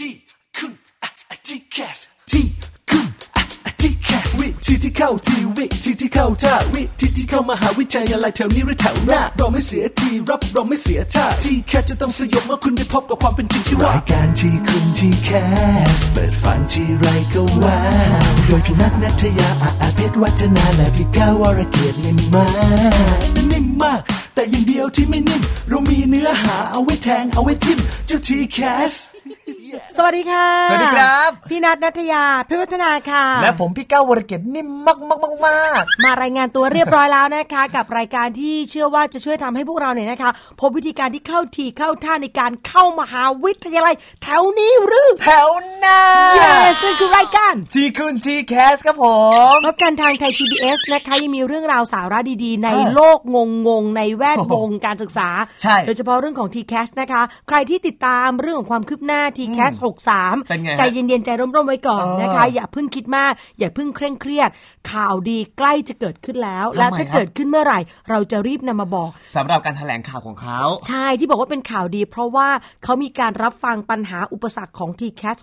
ที่คุณที่แคสที่คุณที่แคสวิธีที่เข้าทีวิธีที่เข้าท่าวิธีที่เข้ามหาวิทยาลัยแถวนี้หรือแถวหน้าเราไม่เสียทีรับเราไม่เสียท่าที่แคสจะต้องสยบเมื่อคุณได้พบกับความเป็นจริงที่ว่ารายการที่คุณที่แคสเปิดฝันที่ไรก็ว้าวโดยพี่นัทณัฐยาเพชรวัฒนาและพี่ก้าววรเกียรตินิ่มมากแต่อย่างเดียวที่ไม่นิ่มเรามีเนื้อหาเอาไว้แทงเอาไว้ทิ่มเจ้าทีแคสสวัสดีค่ะสวัสดีครับพี่นัทณัฐยาเพชรวัฒนาค่ะและผมพี่ก้าววรเกียรตินิ่มมากมารายงานตัวเรียบร้อยแล้วนะคะกับรายการที่เชื่อว่าจะช่วยทำให้พวกเราเนี่ยนะคะพบวิธีการที่เข้าทีเข้าท่าในการเข้ามหาวิทยาลัยแถวนี้หรือแถวหน้า Yes นั่นคือรายการทีคุณทีแคสครับผมพบกันทางไทย PBS นะคะยังมีเรื่องราวสาระดีๆในโลกงงในแวดวงการศึกษาโดยเฉพาะเรื่องของ TCAS นะคะใครที่ติดตามเรื่องของความคืบหน้า TCAS 63ใจเย็นๆใจร่มๆไว้ก่อนนะคะอย่าเพิ่งคิดมากอย่าเพิ่งเคร่งเครียดข่าวดีใกล้จะเกิดขึ้นแล้วและถ้าเกิดขึ้นเมื่อไหร่เราจะรีบนำมาบอกสำหรับการแถลงข่าวของเขาใช่ที่บอกว่าเป็นข่าวดีเพราะว่าเขามีการรับฟังปัญหาอุปสรรคของ TCAS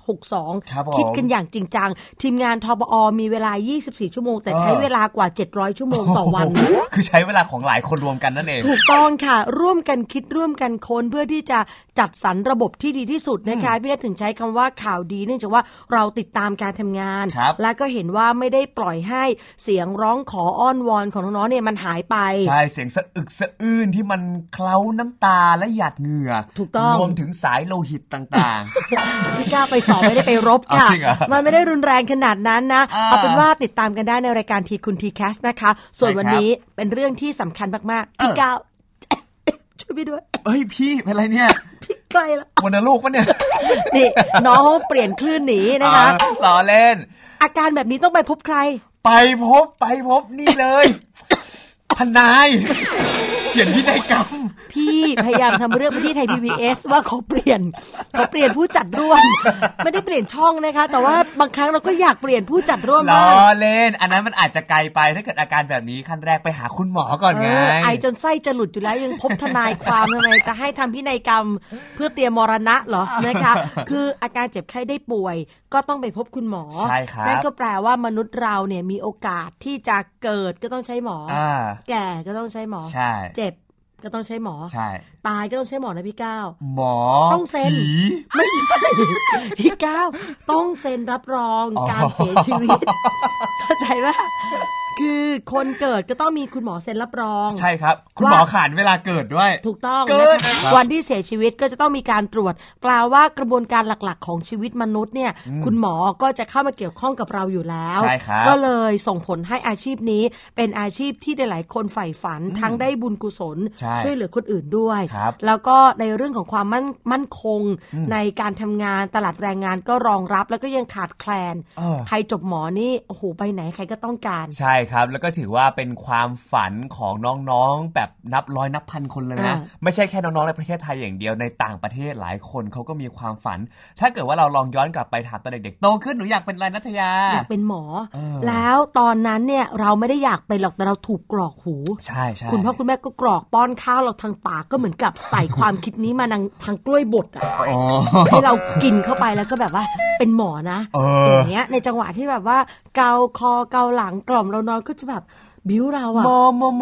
62คิดกันอย่างจริงจังทีมงานทบอมีเวลา24ชั่วโมงแต่ใช้เวลากว่า700ชั่วโมงต่อวันคือใช้เวลาของหลายคนรวมกันนั่นเองถูกต้องค่ะร่วมกันคิดร่วมกันค้นเพื่อที่จะจัดสรรระบบที่ดีที่สุดนะคะพี่ได้ถึงใช้คำว่าข่าวดีเนื่องจากว่าเราติดตามการทำงานและก็เห็นว่าไม่ได้ปล่อยให้เสียงร้องขออ้อนวอนของน้องๆเนี่ยมันหายไปใช่เสียงสะอึกสะอื้นที่มันเคล้าน้ำตาและหยาดเหงื่อถูกต้องรวมถึงสายโลหิตต่างๆพี่ก้าวไปสอบไม่ได้ไปรบค่ะมันไม่ได้รุนแรงขนาดนั้นนะเอาเป็นว่าติดตามกันได้ในรายการทีคุณทีแคสนะคะส่วนวันนี้เป็นเรื่องที่สำคัญมากๆพี่ก้าวช่วยพี่ด้วยเฮ้ยพี่เป็นไรเนี่ยพี่ใกล้แล้ววันลูกปะเนี่ยนี่น้องเปลี่ยนคลื่นหนีนะคะล้อเล่นอาการแบบนี้ต้องไปพบใครไปพบนี่เลยทนายเขียนพินัยกรรมพี่พยายามทำเรื่องไปที่ไทย PBS ว่าเขาเปลี่ยนผู้จัดร่วมไม่ได้เปลี่ยนช่องนะคะแต่ว่าบางครั้งเราก็อยากเปลี่ยนผู้จัดร่วมล้อเล่นอันนั้นมันอาจจะไกลไปถ้าเกิดอาการแบบนี้ขั้นแรกไปหาคุณหมอก่อนไงไอจนไส้จะหลุดอยู่แล้วยังพบทนายความทำไมจะให้ทำพินัยกรรมเพื่อเตรียมมรณะเหรอนะคะคืออาการเจ็บไข้ได้ป่วยก็ต้องไปพบคุณหมอใช่ครับนั่นก็แปลว่ามนุษย์เราเนี่ยมีโอกาสที่จะเกิดก็ต้องใช้หมอแก่ก็ต้องใช้หมอเจ็บก็ต้องใช้หมอตายก็ต้องใช้หมอนะพี่ก้าวหมอต้องเซ็นไม่ใช่พี่ก้าวต้องเซ็นรับรองการเสียชีวิตเข้าใจป่ะคือคนเกิดก็ต้องมีคุณหมอเซ็นรับรองใช่ครับคุณหมอขานเวลาเกิดด้วยถูกต้องวันที่เสียชีวิตก็จะต้องมีการตรวจแปลว่ากระบวนการหลักๆของชีวิตมนุษย์เนี่ยคุณหมอก็จะเข้ามาเกี่ยวข้องกับเราอยู่แล้วก็เลยส่งผลให้อาชีพนี้เป็นอาชีพที่หลายคนใฝ่ฝันทั้งได้บุญกุศลช่วยเหลือคนอื่นด้วยแล้วก็ในเรื่องของความมั่นคงในการทำงานตลาดแรงงานก็รองรับแล้วก็ยังขาดแคลนใครจบหมอนี่โอ้โหไปไหนใครก็ต้องการใช่ครับแล้วก็ถือว่าเป็นความฝันของน้องๆแบบนับร้อยนับพันคนเลยนะไม่ใช่แค่น้องๆในประเทศไทยอย่างเดียวในต่างประเทศหลายคนเขาก็มีความฝันถ้าเกิดว่าเราลองย้อนกลับไปถามตอนเด็กๆโตขึ้นหนูอยากเป็นอะไรณัฐยาอยากเป็นหมอแล้วตอนนั้นเนี่ยเราไม่ได้อยากเป็นหรอกแต่เราถูกกรอกหูใช่คุณพ่อคุณแม่ก็กรอกป้อนข้าวเราทางปากก็เหมือนกับใส่ความคิดนี้มาทางกล้วยบดอ่ะให้เรากินเข้าไปแล้วก็แบบว่าเป็นหมอนะอย่างเงี้ยในจังหวะที่แบบว่าเกาคอเกาหลังกล่อมเรานอนก็จะแบบบิ้วเราอะม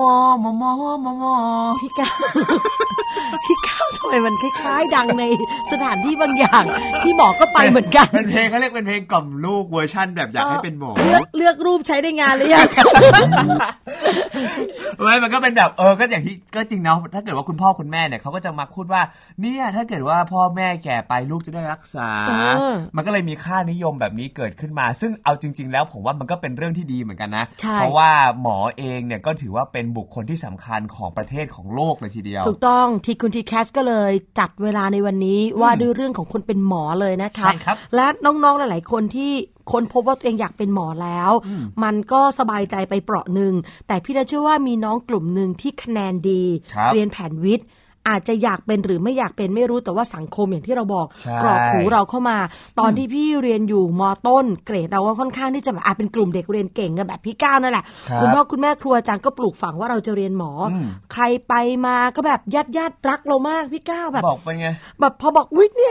พี่ก้าวทำไมมันคล้ายๆดังในสถานที่บางอย่างที่หมอก็ไปเหมือนกันเป็นเพลงเขาเรียกเป็นเพลงกล่อมลูกเวอร์ชั่นแบบอยากให้เป็นหมอเลือกรูปใช้ได้งานหรือยังมันก็เป็นแบบก็อย่างที่ก็จริงนะถ้าเกิดว่าคุณพ่อคุณแม่เนี่ยเขาก็จะมาพูดว่าเนี่ยถ้าเกิดว่าพ่อแม่แก่ไปลูกจะได้รักษามันก็เลยมีค่านิยมแบบนี้เกิดขึ้นมาซึ่งเอาจริงๆแล้วผมว่ามันก็เป็นเรื่องที่ดีเหมือนกันนะเพราะว่าหมอเองเนี่ยก็ถือว่าเป็นบุคคลที่สำคัญของประเทศของโลกเลยทีเดียวถูกต้องที่คุณทีแคสก็เลยจัดเวลาในวันนี้ว่าด้วยเรื่องของคนเป็นหมอเลยนะคะและน้องๆหลายๆคนที่ค้นพบว่าตัวเองอยากเป็นหมอแล้วมันก็สบายใจไปเปราะนึงแต่พี่เชื่อว่ามีน้องกลุ่มนึงที่คะแนนดีเรียนแผนวิทย์อาจจะอยากเป็นหรือไม่อยากเป็นไม่รู้แต่ว่าสังคมอย่างที่เราบอกกรอกหูเราเข้ามาตอนที่พี่เรียนอยู่ม.ต้นเกรดเราก็ค่อนข้างที่จะแบบเป็นกลุ่มเด็กเรียนเก่งกันแบบพี่ก้าวนั่นแหละคุณพ่อคุณแม่ครูอาจารย์ก็ปลูกฝังว่าเราจะเรียนหมอใครไปมาก็แบบญาติรักเรามากพี่ก้าวแบบบอกไปไงแบบพอบอกวิทย์เนี่ย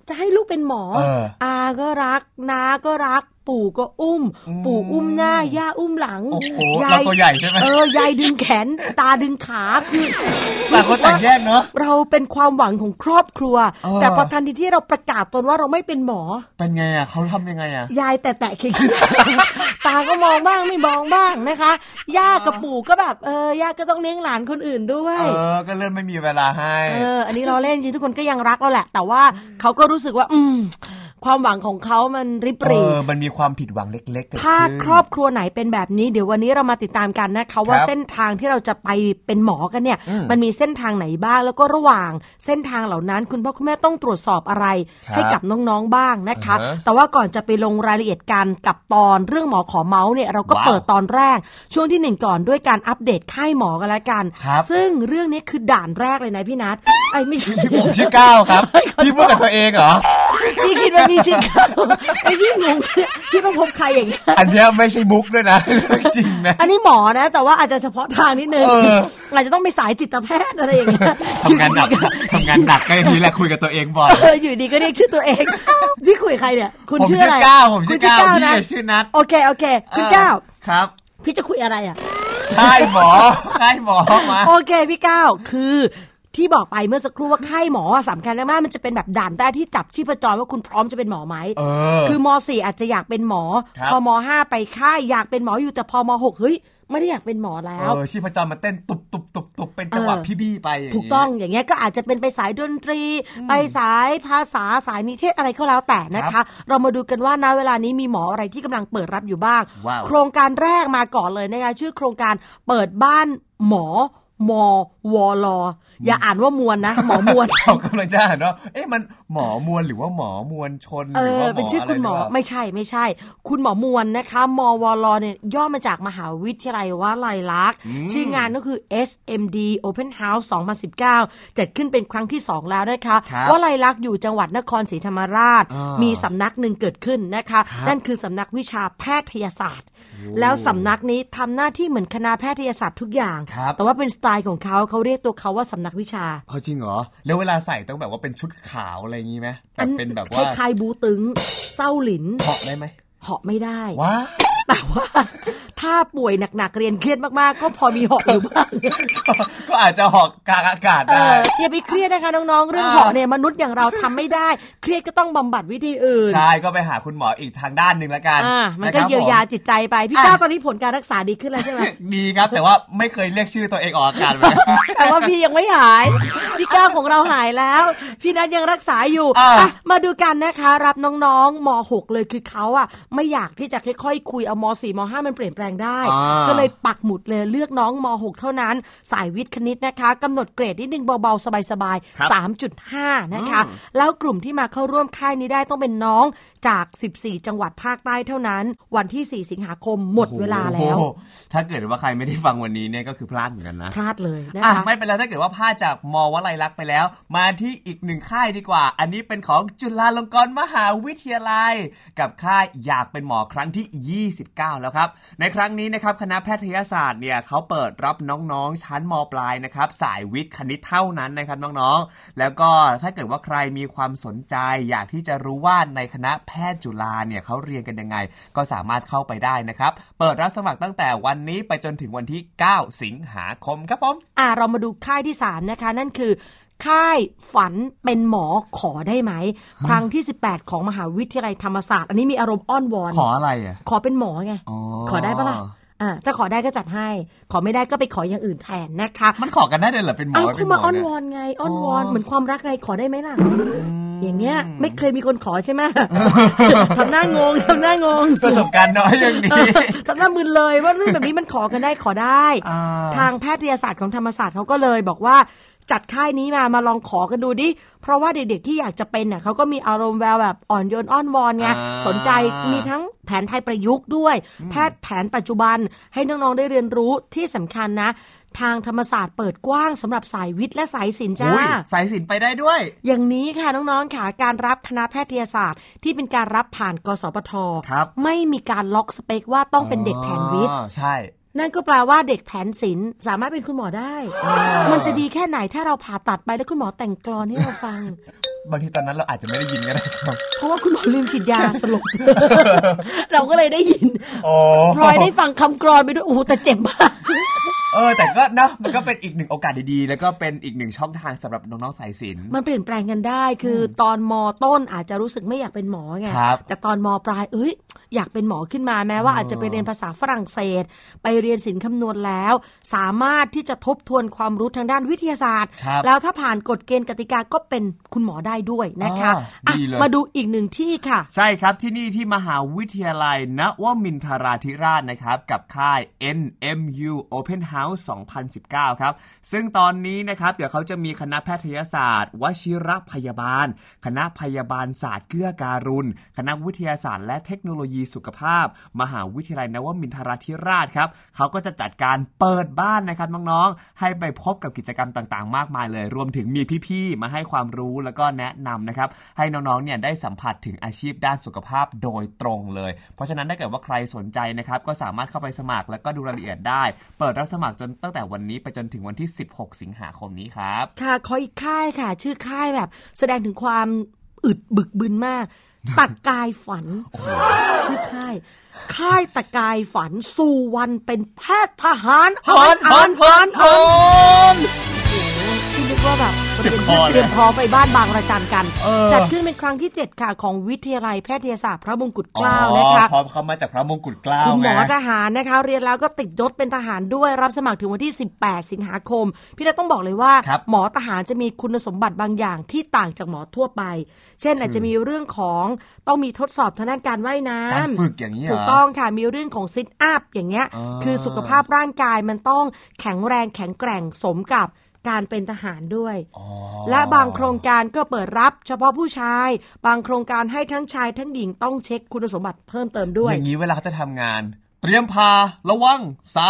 จะให้ลูกเป็นหมออาก็รักน้าก็รักปู่ก็อุ้มปู่อุ้มหน้าย่าอุ้มหลังยายตัวใหญ่ใช่ไหมยายดึงแขนตาดึงขาคือแต่คนแต่งแยกเนอะเราเป็นความหวังของครอบครัวแต่พอทันทีที่เราประกาศตนว่าเราไม่เป็นหมอเป็นไงอ่ะเขาทำยังไงอ่ะยายแตะๆขี้ตาก็มองบ้างไม่มองบ้างนะคะย่ากับปู่ก็แบบย่าก็ต้องเลี้ยงหลานคนอื่นด้วยก็เริ่มไม่มีเวลาให้อันนี้เราเล่นจริงทุกคนก็ยังรักเราแหละแต่ว่าเขาก็รู้สึกว่าความหวังของเขามันริบหรี่มันมีความผิดหวังเล็กๆถ้าครอบครัวไหนเป็นแบบนี้เดี๋ยววันนี้เรามาติดตามกันนะคะว่าเส้นทางที่เราจะไปเป็นหมอกันเนี่ยมันมีเส้นทางไหนบ้างแล้วก็ระหว่างเส้นทางเหล่านั้นคุณพ่อคุณแม่ต้องตรวจสอบอะไรให้กับน้องๆบ้างนะคะแต่ว่าก่อนจะไปลงรายละเอียดกันกับตอนเรื่องหมอขอเมาส์เนี่ยเราก็เปิดตอนแรกช่วงที่1ก่อนด้วยการอัปเดตค่ายหมอกันแล้วกันซึ่งเรื่องนี้คือด่านแรกเลยนะพี่นัทไม่ใช่ผมชื่อก้าวครับพี่พูดกับตัวเองเหรอพี่คิดว่าพี่ชื่อก้าวพี่งงพี่ต้องพบใครอย่างนี้อันนี้ไม่ใช่มุกด้วยนะจริงนะอันนี้หมอนะแต่ว่าอาจจะเฉพาะทางนิดนึงอาจจะต้องไปสายจิตแพทย์อะไรอย่างเงี้ยทำงานหนักก็อย่างนี้แหละคุยกับตัวเองบ่อยอยู่ดีก็เรียกชื่อตัวเองพี่คุยใครเนี่ยคุณชื่ออะไรผมชื่อก้าวพี่ชื่อนัทโอเคคุณก้าวครับพี่จะคุยอะไรอ่ะค่ายหมอมาโอเคพี่ก้าวคือที่บอกไปเมื่อสักครู่ว่าค่ายหมอสำคัญมากมันจะเป็นแบบด่านแรกที่จับชีพจรว่าคุณพร้อมจะเป็นหมอไหมคือม.4 อาจจะอยากเป็นหมอพอม.5 ไปค่ายอยากเป็นหมออยู่แต่พอม.6 เฮ้ยไม่ได้อยากเป็นหมอแล้วชีพจรมันเต้นตุบเป็นจังหวะพี่บี้ไปถูกต้องอย่างเงี้ยก็อาจจะเป็นไปสายดนตรีไปสายภาษาสายนิเทศอะไรก็แล้วแต่นะคะเรามาดูกันว่าณเวลานี้มีหมออะไรที่กำลังเปิดรับอยู่บ้างโครงการแรกมาก่อนเลยนะคะชื่อโครงการเปิดบ้านหมอมวลอย่าอ่านว่ามวลนะหมอมวลเรากำลังจะอ่านว่ามันหมอมวลหรือว่าหมอมวลชนหรือว่าเป็นชื่อคุณหมอไม่ใช่คุณหมอมวลนะคะมวลเนี่ยย่อมาจากมหาวิทยาลัยวลัยลักษณ์ชื่องานก็คือ SMD Open House 2019จัดขึ้นเป็นครั้งที่2แล้วนะคะวลัยลักษณ์อยู่จังหวัดนครศรีธรรมราชมีสำนักหนึ่งเกิดขึ้นนะคะนั่นคือสำนักวิชาแพทยศาสตร์แล้วสำนักนี้ทำหน้าที่เหมือนคณะแพทยศาสตร์ทุกอย่างแต่ว่าเป็นสไตล์ของเขาเรียกตัวเขาว่าสำนักวิชาจริงเหรอแล้วเวลาใส่ต้องแบบว่าเป็นชุดขาวอะไรอย่างงี้ไหมแบบเป็นแบบว่าคล้ายๆบูตึงเศร้าหลินเหาะได้ไหมเหาะไม่ได้ว้าแต่ว่าถ้าป่วยหนักๆเรียนเครียดมากๆก็พอมีเหาะอยู่บ้างก็อาจจะเหาะกลางอากาศได้อย่าไปเครียดนะคะน้องๆเรื่องเหาะเนี่ยมนุษย์อย่างเราทำไม่ได้เครียดก็ต้องบำบัดวิธีอื่นใช่ก็ไปหาคุณหมออีกทางด้านนึงละกันมันก็เยียวยาจิตใจไปพี่ก้าวตอนนี้ผลการรักษาดีขึ้นแล้วใช่ไหมดีครับแต่ว่าไม่เคยเรียกชื่อตัวเองออกอากาศเลยแต่ว่าพี่ยังไม่หายพี่ก้าวของเราหายแล้วพี่นัทยังรักษาอยู่มาดูกันนะคะรับน้องๆม.6 เลยคือเขาไม่อยากที่จะค่อยๆคุยเอาม.4 ม.5 มันเปลี่ยนแปลงได้ก็เลยปักหมุดเลยเลือกน้องม.6 เท่านั้นสายวิทย์คณิตนะคะกำหนดเกรดนิดนึงเบาๆสบายๆ 3.5 นะคะแล้วกลุ่มที่มาเข้าร่วมค่ายนี้ได้ต้องเป็นน้องจาก14จังหวัดภาคใต้เท่านั้นวันที่4สิงหาคมหมดเวลาแล้วถ้าเกิดว่าใครไม่ได้ฟังวันนี้เนี่ยก็คือพลาดเหมือนกันนะพลาดเลยนะคะไม่เป็นไรถ้าเกิดว่าพลาดจากม.วลัยลักษณ์ไปแล้วมาที่อีก1ค่ายดีกว่าอันนี้เป็นของจุฬาลงกรณ์มหาวิทยาลัยกับค่ายอยากเป็นหมอครั้งที่29แล้วครับในครั้งนี้นะครับคณะแพทยศาสตร์เนี่ยเขาเปิดรับน้องๆชั้นม.ปลายนะครับสายวิทย์คณิตเท่านั้นนะครับน้องๆแล้วก็ถ้าเกิดว่าใครมีความสนใจอยากที่จะรู้ว่าในคณะแพทย์จุฬาเนี่ยเขาเรียนกันยังไงก็สามารถเข้าไปได้นะครับเปิดรับสมัครตั้งแต่วันนี้ไปจนถึงวันที่9สิงหาคมครับผมเรามาดูค่ายที่3นะคะนั่นคือค่ายฝันเป็นหมอขอได้ไหมครั้งที่18ของมหาวิทยาลัยธรรมศาสตร์อันนี้มีอารมณ์อ้อนวอนขออะไรขอเป็นหมอไงขอได้ปะล่ะถ้าขอได้ก็จัดให้ขอไม่ได้ก็ไปขออย่างอื่นแทนนะคะมันขอกันได้เลยเหรอเป็นหมอคุณมาอ้อนวอนไงอ้อนวอนเหมือนความรักไงขอได้ไหมล่ะอย่างเงี้ยไม่เคยมีคนขอใช่ไหมทำหน้างงประสบการณ์น้อยอย่างนี้ทำหน้ามึนเลยว่าเรื่องแบบนี้มันขอกันได้ขอได้ทางแพทยศาสตร์ของธรรมศาสตร์เขาก็เลยบอกว่าจัดค่ายนี้มาลองขอกันดูดิเพราะว่าเด็กๆที่อยากจะเป็นเขาก็มีอารมณ์แววแบบอ่อนโยนอ้อนวอนไงสนใจมีทั้งแผนไทยประยุกต์ด้วยแพทย์แผนปัจจุบันให้น้องๆได้เรียนรู้ที่สำคัญนะทางธรรมศาสตร์เปิดกว้างสำหรับสายวิทย์และสายศิลป์จ้าสายศิลป์ไปได้ด้วยอย่างนี้ค่ะน้องๆค่ะการรับคณะแพทยศาสตร์ที่เป็นการรับผ่านกสพทไม่มีการล็อกสเปคว่าต้องเป็นเด็กแผนวิทย์ใช่นั่นก็แปลว่าเด็กแผนศิลป์สามารถเป็นคุณหมอได้มันจะดีแค่ไหนถ้าเราผ่าตัดไปแล้วคุณหมอแต่งกลอนให้เราฟังบางทีตอนนั้นเราอาจจะไม่ได้ยินก็ได้ครับเพราะว่าคุณหมอลืมฉีดยาสลบ เราก็เลยได้ยินพลอยได้ฟังคำกรอนไปด้วยโอ้โหแต่เจ็บมากแต่ก็นะมันก็เป็นอีกหนึ่งโอกาสดีๆแล้วก็เป็นอีกหนึ่งช่องทางสำหรับน้องๆสายศิลป์มันเปลี่ยนแปลงกันได้คือตอนม.ต้นอาจจะรู้สึกไม่อยากเป็นหมอไงแต่ตอนม.ปลายอยากเป็นหมอขึ้นมาแม้ว่าอาจจะไปเรียนภาษาฝรั่งเศสไปเรียนศิลป์คำนวณแล้วสามารถที่จะทบทวนความรู้ทางด้านวิทยาศาสตร์แล้วถ้าผ่านกฎเกณฑ์กติกาก็เป็นคุณหมอได้ด้วยนะคะมาดูอีกหนึ่งที่ค่ะใช่ครับที่นี่ที่มหาวิทยาลัยนวมินทราธิราชนะครับกับค่าย NMU Open House 2019 ครับซึ่งตอนนี้นะครับเดี๋ยวเขาจะมีคณะแพทยศาสตร์วชิรพยาบาลคณะพยาบาลศาสตร์เกื้อการุณคณะวิทยาศาสตร์และเทคโนโลยีสุขภาพมหาวิทยาลัยนวมินทราธิราชครับเขาก็จะจัดการเปิดบ้านนะครับน้องๆให้ไปพบกับกิจกรรมต่างๆมากมายเลยรวมถึงมีพี่ๆมาให้ความรู้แล้วก็แนะนำนะครับให้น้องๆเนี่ยได้สัมผัสถึงอาชีพด้านสุขภาพโดยตรงเลยเพราะฉะนั้นถ้าเกิดว่าใครสนใจนะครับก็สามารถเข้าไปสมัครแล้วก็ดูรายละเอียดได้เปิดรับสมัครจนตั้งแต่วันนี้ไปจนถึงวันที่16สิงหาคมนี้ครับค่ะขออีกค่ายค่ะชื่อค่ายแบบแสดงถึงความอึดบึกบึนมากตะกายฝันชื่อค่ายตะกายฝันสู่วันเป็นแพทย์ทหารที่เรียกว่าแบบเตรียมพร้อมไปบ้านบางระจันกันจัดขึ้นเป็นครั้งที่7ค่ะของวิทยาลัยแพทยศาสตร์พระมงกุฎเกล้านะคะพร้อมเข้ามาจากพระมงกุฎเกล้าคุณหมอทหารนะคะเรียนแล้วก็ติดยศเป็นทหารด้วยรับสมัครถึงวันที่18สิงหาคมพี่นัทต้องบอกเลยว่าหมอทหารจะมีคุณสมบัติบางอย่างที่ต่างจากหมอทั่วไปเช่นอาจจะมีเรื่องของต้องมีทดสอบทางด้านการว่ายน้ำการฝึกอย่างนี้ถูกต้องค่ะมีเรื่องของซิทอัพอย่างเงี้ยคือสุขภาพร่างกายมันต้องแข็งแรงแข็งแกร่งสมกับการเป็นทหารด้วยและบางโครงการก็เปิดรับเฉพาะผู้ชายบางโครงการให้ทั้งชายทั้งหญิงต้องเช็คคุณสมบัติเพิ่มเติมด้วยอย่างนี้เวลาเขาจะทำงานเตรียมพาระวัง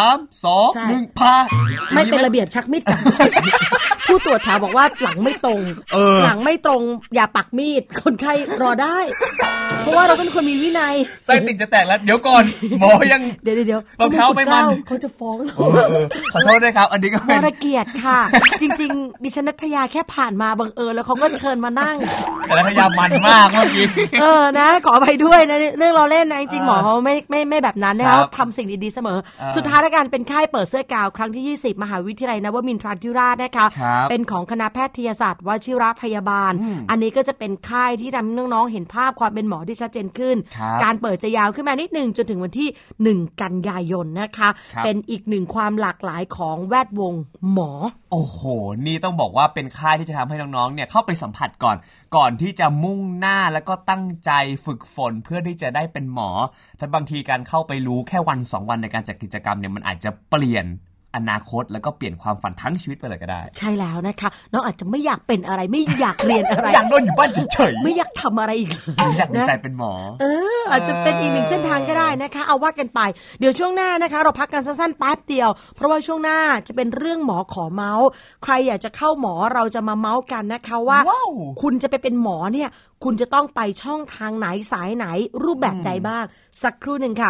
3 2 1พาไม่เป็นระเบียบชักมีดกลับผู้ตรวจถามบอกว่าหลังไม่ตรงหลังไม่ตรงอย่าปักมีดคนไข้รอได้เพราะว่าเราเป็นคนมีวินัยไส้ติ่งจะแตกแล้วเดี๋ยวก่อนหมอยังเดี๋ยวรองเท้าไม่มันเขาจะฟ้องขอโทษด้วยครับอันนี้ก็เป็นเกียรติค่ะจริงๆดิฉันนัทยาแค่ผ่านมาบังเอิญแล้วเขาก็เชิญมานั่งแต่นัทยามันมากเมื่อกี้นะขออภัยด้วยนะเรื่องเราเล่นนะจริงๆหมอเขาไม่แบบนั้นนะครับทำสิ่งดีๆเสมอสุดท้ายแล้วกันเป็นค่ายเปิดเสื้อกาวครั้งที่20มหาวิทยาลัยนวมินทราธิราชนะคะเป็นของคณะแพทยศาสตร์วชิรพยาบาลอันนี้ก็จะเป็นค่ายที่ทำให้น้องๆเห็นภาพความเป็นหมอที่ชัดเจนขึ้นการเปิดจะยาวขึ้นมานิดนึงจนถึงวันที่1กันยายนนะคะเป็นอีกหนึ่งความหลากหลายของแวดวงหมอโอ้โหนี่ต้องบอกว่าเป็นค่ายที่จะทำให้น้องๆเนี่ยเข้าไปสัมผัสก่อนที่จะมุ่งหน้าแล้วก็ตั้งใจฝึกฝนเพื่อที่จะได้เป็นหมอแต่บางทีการเข้าไปรู้แค่วัน2วันในการจัดกิจกรรมเนี่ยมันอาจจะเปลี่ยนอนาคตแล้วก็เปลี่ยนความฝันทั้งชีวิตไปเลยก็ได้ใช่แล้วนะคะน้องอาจจะไม่อยากเป็นอะไรไม่อยากเรียนอะไรอยากนอนอยู่บ้านเฉยๆไม่อยากทำอะไรอีกอยากเป็นหมออาจจะเป็นอีกหนึ่งเส้นทางก็ได้นะคะเอาว่ากันไปเดี๋ยวช่วงหน้านะคะเราพักกันสั้นๆแป๊บเดียวเพราะว่าช่วงหน้าจะเป็นเรื่องหมอขอเมาส์ใครอยากจะเข้าหมอเราจะมาเมาส์กันนะคะว่าคุณจะไปเป็นหมอเนี่ยคุณจะต้องไปช่องทางไหนสายไหนรูปแบบใดบ้างสักครู่นึงค่ะ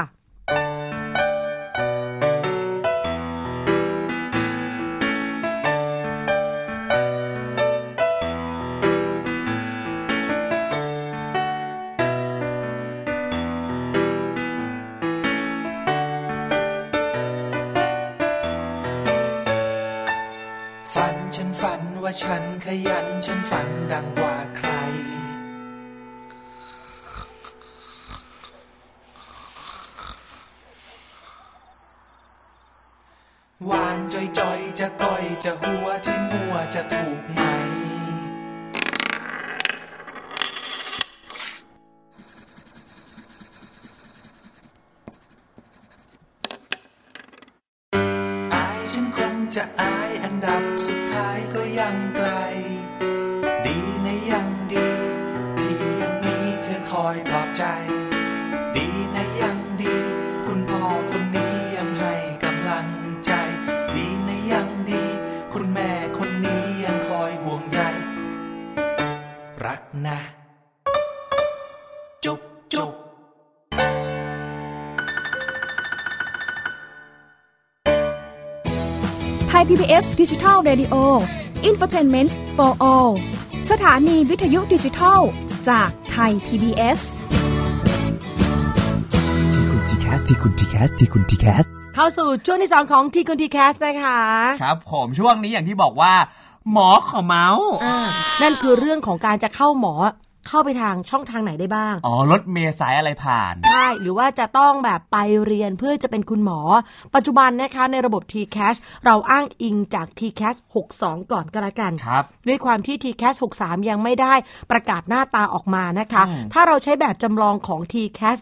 ฝันว่าฉันขยันฉันฝันดังกว่าใครหวานจ่อยๆจะต่อยจะหัวที่มัวจะถูกไหมอายฉันคงจะอายอันดับสุดท้ายก็ยังไกลดีนะยังดีที่ยังมีเธอคอยปลอบใจดีนะยังดีคุณพ่อคนนี้ยังให้กำลังใจดีนะยังดีคุณแม่คนนี้ยังคอยห่วงใยรักนะจุ๊บจุ๊บไทย PBS Digital Radio Infotainment for All สถานีวิทยุดิจิทัลจากไทย PBS ที่คุณทีแคสเข้าสู่ช่วงที่2ของทีคุณทีแคสนะคะครับผมช่วงนี้อย่างที่บอกว่าหมอขอเมาส์นั่นคือเรื่องของการจะเข้าหมอเข้าไปทางช่องทางไหนได้บ้างรถเมล์สายอะไรผ่านใช่หรือว่าจะต้องแบบไปเรียนเพื่อจะเป็นคุณหมอปัจจุบันนะคะในระบบ TCAS เราอ้างอิงจาก TCAS 62 ก่อนก็แล้วกันครับด้วยความที่ TCAS 63 ยังไม่ได้ประกาศหน้าตาออกมานะคะถ้าเราใช้แบบจำลองของ TCAS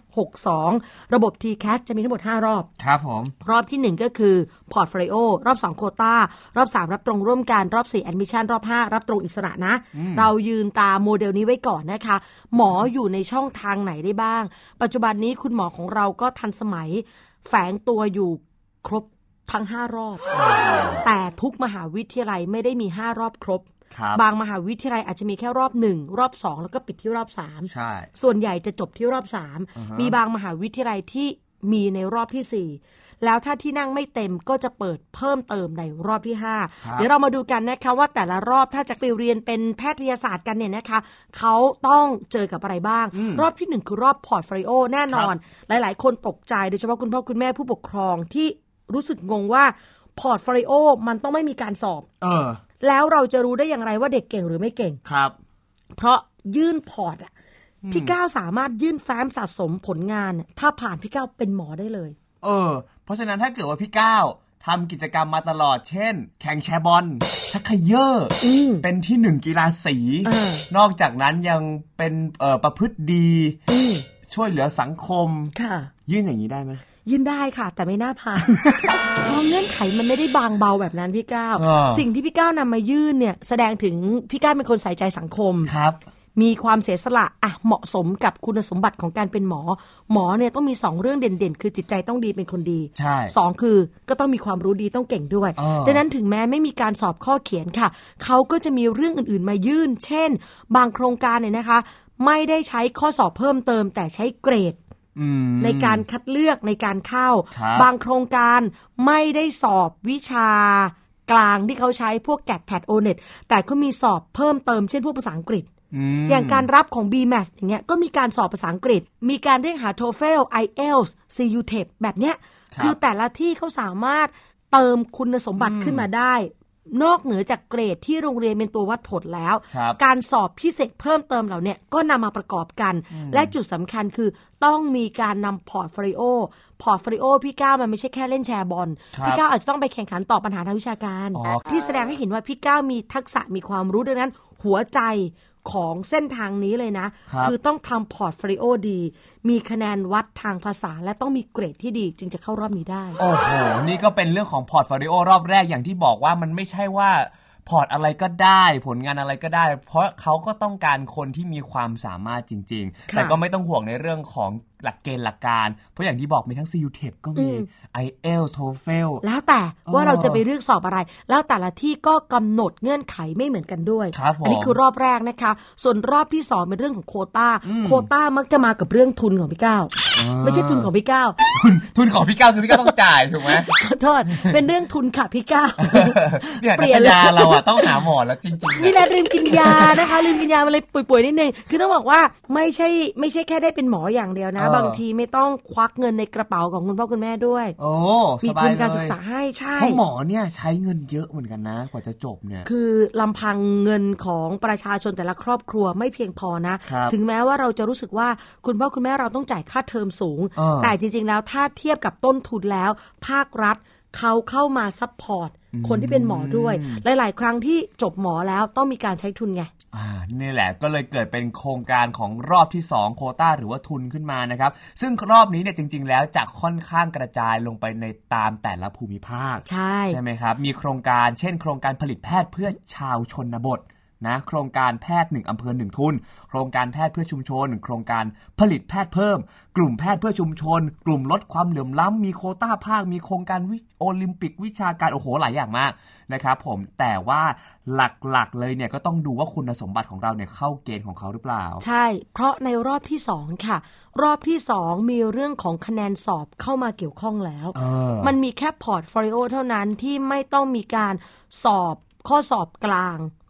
62 ระบบ TCAS จะมีทั้งหมด5รอบครับผมรอบที่1ก็คือ Portfolio รอบ2 Quota รอบ3รับตรงร่วมกันรอบ4 Admission รอบ5รับตรงอิสระนะเรายืนตามโมเดลนี้ไว้ก่อนนะคะหมออยู่ในช่องทางไหนได้บ้างปัจจุบันนี้คุณหมอของเราก็ทันสมัยแฝงตัวอยู่ครบทั้ง5รอบแต่ทุกมหาวิทยาลัยไม่ได้มี5รอบครบบางมหาวิทยาลัยอาจจะมีแค่รอบ1รอบ2แล้วก็ปิดที่รอบ3 ใช่ส่วนใหญ่จะจบที่รอบ3มีบางมหาวิทยาลัยที่มีในรอบที่4แล้วถ้าที่นั่งไม่เต็มก็จะเปิดเพิ่มเติมในรอบที่5เดี๋ยวเรามาดูกันนะคะว่าแต่ละรอบถ้าจะไปเรียนเป็นแพทยศาสตร์กันเนี่ยนะคะเขาต้องเจอกับอะไรบ้างรอบที่1คือรอบพอร์ตโฟลิโอแน่นอนหลายๆคนตกใจโดยเฉพาะคุณพ่อคุณแม่ผู้ปกครองที่รู้สึกงงว่าพอร์ตโฟลิโอมันต้องไม่มีการสอบแล้วเราจะรู้ได้อย่างไรว่าเด็กเก่งหรือไม่เก่งครับเพราะยื่นพอร์ตพี่ก้าวสามารถยื่นแฟ้มสะสมผลงานถ้าผ่านพี่ก้าวเป็นหมอได้เลยเพราะฉะนั้นถ้าเกิดว่าพี่ก้าวทำกิจกรรมมาตลอดเช่นแข่งแชร์บอลชักเขย่อเป็นที่1กีฬาสีนอกจากนั้นยังเป็นประพฤติดีช่วยเหลือสังคมยื่นอย่างนี้ได้ไหมยื่นได้ค่ะแต่ไม่น่าผ่านเพราะเงื่อนไขมันไม่ได้บางเบาแบบนั้นพี่ก้าวสิ่งที่พี่ก้าวนำมายื่นเนี่ยแสดงถึงพี่ก้าวเป็นคนใส่ใจสังคมครับมีความเสียสละเหมาะสมกับคุณสมบัติของการเป็นหมอเนี่ยต้องมี2เรื่องเด่นๆคือจิตใจต้องดีเป็นคนดีใช่ 2คือก็ต้องมีความรู้ดีต้องเก่งด้วยดังนั้นถึงแม้ไม่มีการสอบข้อเขียนค่ะเขาก็จะมีเรื่องอื่นๆมายื่นเช่นบางโครงการเนี่ยนะคะไม่ได้ใช้ข้อสอบเพิ่มเติมแต่ใช้เกรดในการคัดเลือกในการเข้าบางโครงการไม่ได้สอบวิชากลางที่เขาใช้พวก GAT PAT ONET แต่ก็มีสอบเพิ่มเติมเช่นพวกภาษาอังกฤษอย่างการรับของ BMAT อย่างเงี้ยก็มีการสอบภาษาอังกฤษมีการเรียกหา TOEFL IELTS CUTEP แบบเนี้ยคือแต่ละที่เขาสามารถเติมคุณสมบัติขึ้นมาได้นอกเหนือจากเกรดที่โรงเรียนเป็นตัววัดผลแล้วการสอบพิเศษเพิ่มเติมเหล่านี้ก็นำมาประกอบกันและจุดสำคัญคือต้องมีการนำพอร์ตโฟลิโอพี่ก้าวมันไม่ใช่แค่เล่นแชร์บอลพี่ก้าวอาจจะต้องไปแข่งขันตอบปัญหาทางวิชาการที่แสดงให้เห็นว่าพี่ก้าวมีทักษะมีความรู้ดังนั้นหัวใจของเส้นทางนี้เลยนะคือต้องทำพอร์ตโฟลิโอดีมีคะแนนวัดทางภาษาและต้องมีเกรดที่ดีจึงจะเข้ารอบนี้ได้โอ้โหนี่ก็เป็นเรื่องของพอร์ตโฟลิโอรอบแรกอย่างที่บอกว่ามันไม่ใช่ว่าพอร์ตอะไรก็ได้ผลงานอะไรก็ได้เพราะเขาก็ต้องการคนที่มีความสามารถจริงๆแต่ก็ไม่ต้องห่วงในเรื่องของหลักเกณฑ์หลักการเพราะอย่างที่บอกมีทั้ง CUTEP ก็มี IELTS TOEFL แล้วแต่ว่าเราจะไปเลือกสอบอะไรแล้วแต่ละที่ก็กำหนดเงื่อนไขไม่เหมือนกันด้วยอันนี้คือรอบแรกนะคะส่วนรอบที่2เป็นเรื่องของโควต้ามักจะมากับเรื่องทุนของพี่ก้าวไม่ใช่ทุนของพี่ก้าวทุนของพี่ก้าวคือพี่ก้าวต้องจ่ายถูกไหมขอโทษเป็นเรื่องทุนค่ะพี่ก้าวเปลี่ยนยาเราอะต้องหาหมอแล้วจริงๆมีแลลืมกินยานะคะลืมกินยามาเลยป่วยๆนิดนึงคือต้องบอกว่าไม่ใช่แค่ได้เป็นหมออย่างเดียวนะบางทีไม่ต้องควักเงินในกระเป๋าของคุณพ่อคุณแม่ด้วยมีทุนการศึกษาให้ใช่เพราะหมอเนี่ยใช้เงินเยอะเหมือนกันนะกว่าจะจบเนี่ยคือลำพังเงินของประชาชนแต่ละครอบครัวไม่เพียงพอนะถึงแม้ว่าเราจะรู้สึกว่าคุณพ่อคุณแม่เราต้องจ่ายค่าเทอมสูงแต่จริงๆแล้วถ้าเทียบกับต้นทุนแล้วภาครัฐเขาเข้ามาซัพพอร์ตคนที่เป็นหมอด้วยหลายๆครั้งที่จบหมอแล้วต้องมีการใช้ทุนไงนี่แหละก็เลยเกิดเป็นโครงการของรอบที่2โควต้าหรือว่าทุนขึ้นมานะครับซึ่งรอบนี้เนี่ยจริงๆแล้วจะค่อนข้างกระจายลงไปในตามแต่ละภูมิภาคใช่ไหมครับมีโครงการเช่นโครงการผลิตแพทย์เพื่อชาวชนบทนะโครงการแพทย์1อำเภอ1ทุนโครงการแพทย์เพื่อชุมชนโครงการผลิตแพทย์เพิ่มกลุ่มแพทย์เพื่อชุมชนกลุ่มลดความเหลื่อมล้ำมีโควต้าภาคมีโครงการโอลิมปิกวิชาการโอ้โหหลายอย่างมากนะครับผมแต่ว่าหลักๆเลยเนี่ยก็ต้องดูว่าคุณสมบัติของเราเนี่ยเข้าเกณฑ์ของเขาหรือเปล่าใช่เพราะในรอบที่2ค่ะรอบที่2มีเรื่องของคะแนนสอบเข้ามาเกี่ยวข้องแล้วมันมีแค่พอร์ตโฟลิโอเท่านั้นที่ไม่ต้องมีการสอบข้อสอบกลาง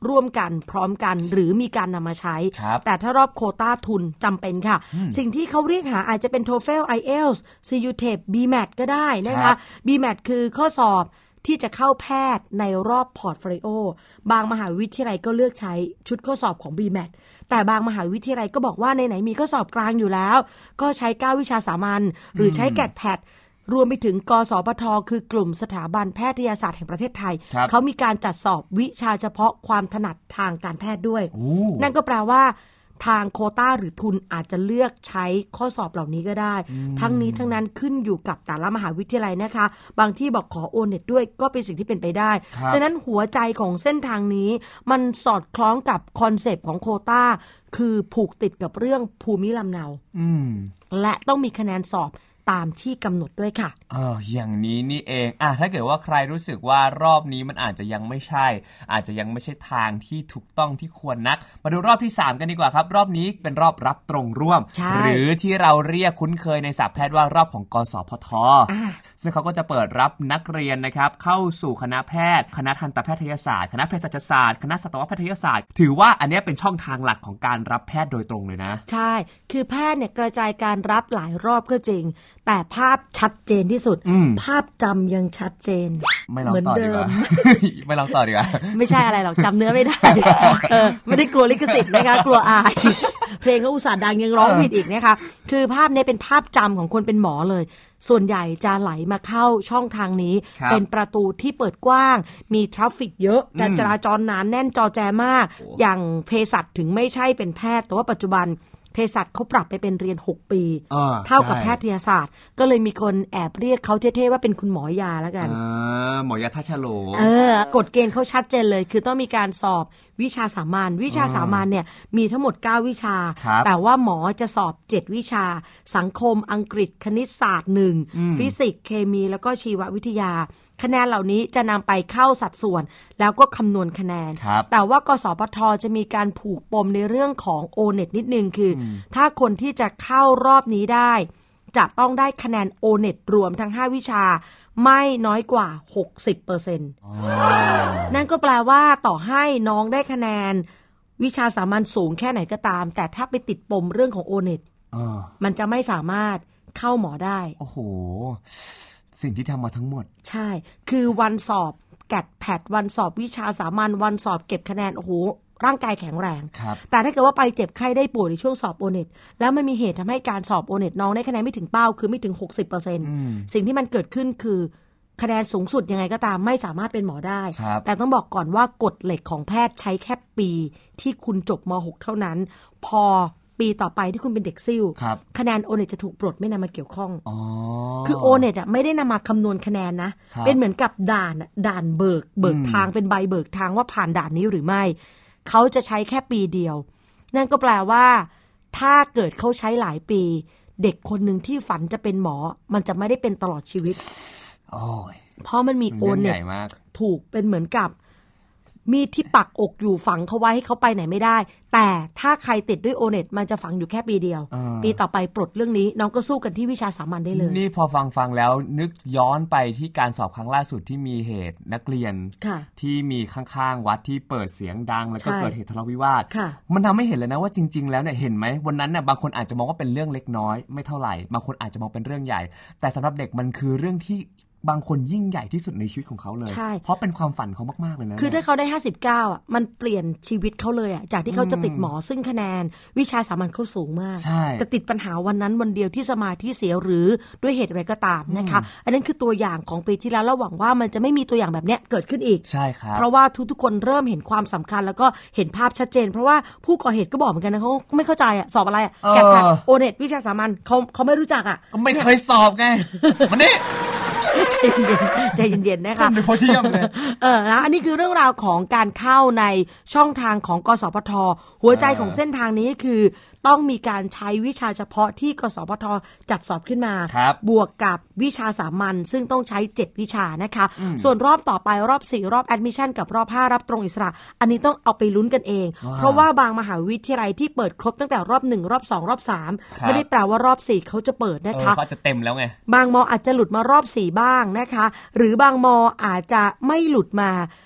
ร่วมกันพร้อมกันหรือมีการนำมาใช้แต่ถ้ารอบโควต้าทุนจำเป็นค่ะสิ่งที่เขาเรียกหาอาจจะเป็น TOEFL IELTS CUTEP BMAT ก็ได้นะคะ BMAT คือข้อสอบที่จะเข้าแพทย์ในรอบพอร์ตโฟลิโอบางมหาวิทยาลัยก็เลือกใช้ชุดข้อสอบของ BMAT แต่บางมหาวิทยาลัยก็บอกว่าไหนๆมีข้อสอบกลางอยู่แล้วก็ใช้9วิชาสามัญหรือใช้แกดแพดรวมไปถึงกสพทคือกลุ่มสถาบันแพทยศาสตร์แห่งประเทศไทยเขามีการจัดสอบวิชาเฉพาะความถนัดทางการแพทย์ด้วยนั่นก็แปลว่าทางโควต้าหรือทุนอาจจะเลือกใช้ข้อสอบเหล่านี้ก็ได้ทั้งนี้ทั้งนั้นขึ้นอยู่กับแต่ละมหาวิทยาลัยนะคะบางที่บอกขอโอเน็ตด้วยก็เป็นสิ่งที่เป็นไปได้ดังนั้นหัวใจของเส้นทางนี้มันสอดคล้องกับคอนเซปต์ของโควต้าคือผูกติดกับเรื่องภูมิลำเนาและต้องมีคะแนนสอบตามที่กำหนดด้วยค่ะอย่างนี้นี่เองถ้าเกิดว่าใครรู้สึกว่ารอบนี้มันอาจจะยังไม่ใช่อาจจะยังไม่ใช่ทางที่ถูกต้องที่ควรนักมาดูรอบที่3กันดีกว่าครับรอบนี้เป็นรอบรับตรงร่วมหรือที่เราเรียกคุ้นเคยในศัพท์แพทย์ว่ารอบของกสพทซึ่งเขาก็จะเปิดรับนักเรียนนะครับเข้าสู่คณะแพทย์คณะทันตแพทยศาสตร์คณะเภสัชศาสตร์คณะสัตวแพทยศาสตร์ถือว่าอันนี้เป็นช่องทางหลักของการรับแพทย์โดยตรงเลยนะใช่คือแพทย์เนี่ยกระจายการรับหลายรอบก็จริงแต่ภาพชัดเจนที่สุดภาพจำยังชัดเจนไม่ลองต่อดีกว่า ไม่ลองต่อดีกว่าไม่ใช่อะไรหรอกจำเนื้อไม่ได้ไม่ได้กลัวลิขสิทธิ์นะคะกลัวอายเพลงก็อุตส่าห์ดังยังร้องผิดอีกนะคะคือภาพนี้เป็นภาพจำของคนเป็นหมอเลยส่วนใหญ่จะไหลมาเข้าช่องทางนี้เป็นประตูที่เปิดกว้างมีทราฟฟิกเยอะการจราจรหนาแน่นจอแจมากอย่างเภสัชถึงไม่ใช่เป็นแพทย์แต่ว่าปัจจุบันเภสัชเขาปรับไปเป็นเรียน6ปีเท่ากับแพทยศาสตร์ก็เลยมีคนแอบเรียกเขาเท่ๆว่าเป็นคุณหมอยาแล้วกันหมอยาท่าฉลงกฎเกณฑ์เขาชัดเจนเลยคือต้องมีการสอบวิชาสามัญวิชาสามัญเนี่ยมีทั้งหมด9วิชาแต่ว่าหมอจะสอบ7วิชาสังคมอังกฤษคณิตศาสตร์1ฟิสิกส์เคมีแล้วก็ชีววิทยาคะแนนเหล่านี้จะนำไปเข้าสัดส่วนแล้วก็คำนวณคะแนนแต่ว่ากสพทจะมีการผูกปมในเรื่องของ O-NET นิดนึงคือถ้าคนที่จะเข้ารอบนี้ได้จะต้องได้คะแนน O-NET รวมทั้ง5วิชาไม่น้อยกว่า 60% นั่นก็แปลว่าต่อให้น้องได้คะแนนวิชาสามัญสูงแค่ไหนก็ตามแต่ถ้าไปติดปมเรื่องของ O-NET มันจะไม่สามารถเข้าหมอได้โอ้โหสิ่งที่ทำมาทั้งหมดใช่คือวันสอบแกดแพดวันสอบวิชาสามัญวันสอบเก็บคะแนนโอ้โหร่างกายแข็งแรงแต่ถ้าเกิดว่าไปเจ็บไข้ได้ป่วยในช่วงสอบ O-NET แล้วมันมีเหตุทำให้การสอบ O-NET น้องได้คะแนนไม่ถึงเป้าคือไม่ถึง 60% สิ่งที่มันเกิดขึ้นคือคะแนนสูงสุดยังไงก็ตามไม่สามารถเป็นหมอได้แต่ต้องบอกก่อนว่ากฎเหล็กของแพทย์ใช้แค่ปีที่คุณจบม.6 เท่านั้นพอปีต่อไปที่คุณเป็นเด็กซิ่วคะแนน O-NET จะถูกปลดไม่นำมาเกี่ยวข้องคือ O-NET ไม่ได้นำมาคำนวณคะแนนนะเป็นเหมือนกับด่านเบิกทางเป็นใบเบิกทางว่าผ่านด่านนี้หรือไม่เขาจะใช้แค่ปีเดียวนั่นก็แปลว่าถ้าเกิดเขาใช้หลายปีเด็กคนหนึ่งที่ฝันจะเป็นหมอมันจะไม่ได้เป็นตลอดชีวิตเพราะมันมี O-NET ถูกเป็นเหมือนกับมีดที่ปักอกอยู่ฝังเขาไว้ให้เขาไปไหนไม่ได้แต่ถ้าใครติดด้วย O-NET มันจะฝังอยู่แค่ปีเดียวปีต่อไปปลดเรื่องนี้น้องก็สู้กันที่วิชาสามัญได้เลยนี่พอฟังแล้วนึกย้อนไปที่การสอบครั้งล่าสุดที่มีเหตุนักเรียนที่มีข้างๆวัดที่เปิดเสียงดังแล้วก็เกิดเหตุทะเลาะวิวาทมันทำให้เห็นเลยนะว่าจริงๆแล้วเนี่ยเห็นไหมวันนั้นน่ะบางคนอาจจะมองว่าเป็นเรื่องเล็กน้อยไม่เท่าไหร่บางคนอาจจะมองเป็นเรื่องใหญ่แต่สำหรับเด็กมันคือเรื่องที่บางคนยิ่งใหญ่ที่สุดในชีวิตของเขาเลยเพราะเป็นความฝันเขามากๆเลยนะคือถ้าเขาได้59อ่ะมันเปลี่ยนชีวิตเขาเลยอ่ะจากที่เขาจะติดหมอซึ่งคะแนนวิชาสามัญเขาสูงมากแต่ติดปัญหาวันนั้นวันเดียวที่สมาธิเสียหรือด้วยเหตุอะไรก็ตามนะคะอันนั้นคือตัวอย่างของปีที่แล้วแล้วหวังว่ามันจะไม่มีตัวอย่างแบบนี้เกิดขึ้นอีกใช่ครับเพราะว่าทุกๆคนเริ่มเห็นความสำคัญแล้วก็เห็นภาพชัดเจนเพราะว่าผู้ก่อเหตุก็บอกเหมือนกันนะเขาไม่เข้าใจอ่ะสอบอะไรอ่ะแกดแพด O-NET วิชาสามัญเขาไม่รู้จักอ่ะก็ไม่เคยสอบไงมันนี่ใจเย็นๆนะคะเป็นโพเทียมเลยนะอันนี้คือเรื่องราวของการเข้าในช่องทางของกสพทหัวใจของเส้นทางนี้คือต้องมีการใช้วิชาเฉพาะที่กสพทจัดสอบขึ้นมาบวกกับวิชาสามัญซึ่งต้องใช้7วิชานะคะส่วนรอบต่อไปรอบ4รอบแอดมิชชั่นกับรอบ5รับตรงอิสระอันนี้ต้องเอาไปลุ้นกันเองเพราะว่าบางมหาวิทยาลัยที่เปิดครบตั้งแต่รอบ1รอบ2รอบ3ไม่ได้แปลว่ารอบ4เขาจะเปิดนะคะเขาจะเต็มแล้วไงบางม.อาจจะหลุดมารอบ4บ้างนะคะหรือบางม.อาจจะไม่หลุดมา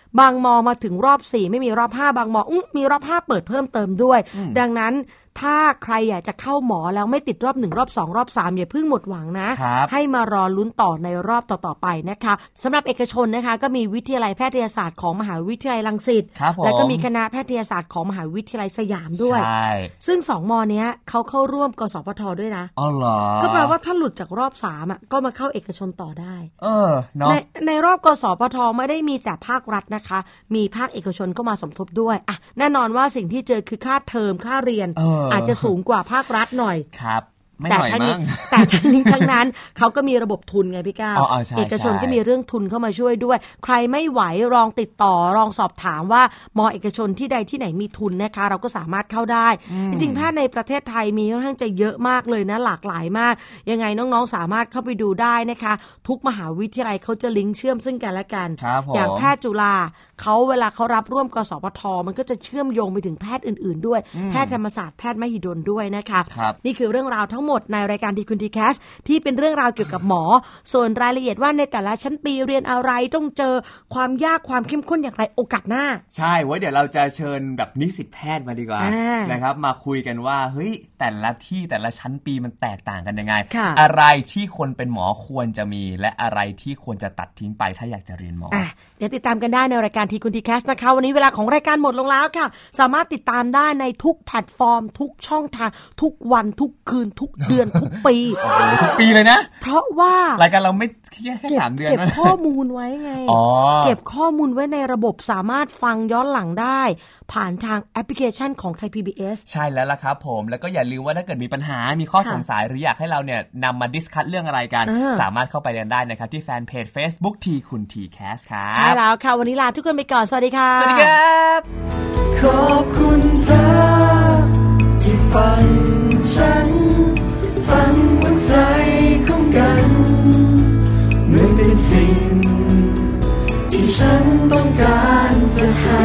บางมอมาถึงรอบ4ไม่มีรอบ5บางมอมีรอบ5เปิดเพิ่มเติมด้วยดังนั้นถ้าใครอยากจะเข้าหมอแล้วไม่ติดรอบ1รอบ2รอบ3อย่าเพิ่งหมดหวังนะให้มารอลุ้นต่อในรอบต่อๆไปนะคะสำหรับเอกชนนะคะก็มีวิทยาลัยแพทยศาสตร์ของมหาวิทยาลัยรังสิตแล้วก็มีคณะแพทยศาสตร์ของมหาวิทยาลัยสยามด้วยซึ่ง2มอเนี้ยเขาเข้าร่วมกสพทด้วยนะอ๋อเหรอก็แปลว่าถ้าหลุดจากรอบ3อ่ะก็มาเข้าเอกชนต่อได้เนาะในรอบกสพทไม่ได้มีแต่ภาครัฐนะคะมีภาคเอกชนก็มาสมทบด้วยอ่ะแน่นอนว่าสิ่งที่เจอคือค่าเทอมค่าเรียนอาจจะสูงกว่าภาครัฐหน่อยครับไม่หน่อยมั้งแต่ทั้งนี้ทั้งนั้นเขาก็มีระบบทุนไงพี่ก้าวเอกชนก็มีเรื่องทุนเข้ามาช่วยด้วยใครไม่ไหวลองติดต่อลองสอบถามว่ามอเอกชนที่ใดที่ไหนมีทุนนะคะเราก็สามารถเข้าได้จริงๆแพทย์ในประเทศไทยมีค่อนข้างจะเยอะมากเลยนะหลากหลายมากยังไงน้องๆสามารถเข้าไปดูได้นะคะทุกมหาวิทยาลัยเขาจะลิงก์เชื่อมซึ่งกันและกันอย่างแพทย์จุฬาเขาเวลาเขารับร่วมกสพทมันก็จะเชื่อมโยงไปถึงแพทย์อื่นๆด้วยแพทย์ธรรมศาสตร์แพทย์มหิดลด้วยนะคะนี่คือเรื่องราวทั้งหมดในรายการทีคุณทีแคสที่เป็นเรื่องราวเกี่ยวกับหมอส่วนรายละเอียดว่าในแต่ละชั้นปีเรียนอะไรต้องเจอความยากความเข้มข้นอย่างไรโอกาสหน้าใช่ไว้เดี๋ยวเราจะเชิญแบบนิสิตแพทย์มาดีกว่านะครับมาคุยกันว่าเฮ้ยแต่ละที่แต่ละชั้นปีมันแตกต่างกันยังไงอะไรที่คนเป็นหมอควรจะมีและอะไรที่ควรจะตัดทิ้งไปถ้าอยากจะเรียนหมอเดี๋ยวติดตามกันได้ในรายการทีคุณทีแคสนะคะวันนี้เวลาของรายการหมดลงแล้วค่ะสามารถติดตามได้ในทุกแพลตฟอร์มทุกช่องทางทุกวันทุกคืนทุกเดือนทุกปีทุกปีเลยนะเพราะว่ารายการเราไม่แค่3 เดือนเก็บข้อมูลไว้ไงเก็บข้อมูลไว้ในระบบสามารถฟังย้อนหลังได้ผ่านทางแอปพลิเคชันของ Thai PBS ใช่แล้วล่ะครับผมแล้วก็อย่าลืมว่าถ้าเกิดมีปัญหามีข้อสงสัยหรืออยากให้เราเนี่ยนำมาดิสคัสเรื่องอะไรกันสามารถเข้าไปเรียนได้นะครับที่แฟนเพจ Facebook ทีคุณทีแคสครับใช่แล้วค่ะวันนี้ลาทุกคนไปก่อนสวัสดีค่ะสวัสดีครับขอบคุณเธอที่ฟังฉันฟังหัวใจของกันเหมือนเป็นสิ่งที่ฉันต้องการจะให้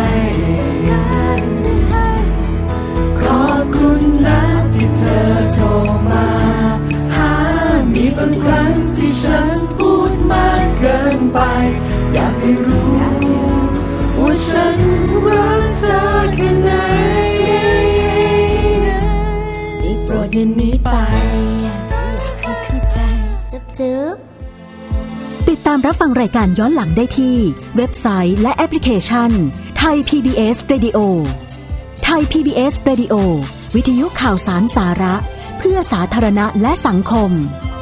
ขอบคุณนะที่เธอโทรมาหามีบางครั้งที่ฉันพูดมากเกินไปอยากให้รู้ว่าฉันรักเธอแค่ไหนได้โปรดอย่าหนีไปให้เข้าใจจุ๊บติดตามรับฟังรายการย้อนหลังได้ที่เว็บไซต์และแอปพลิเคชัน Thai PBS Radio Thai PBS Radio วิทยุข่าวสารสาระเพื่อสาธารณะและสังคม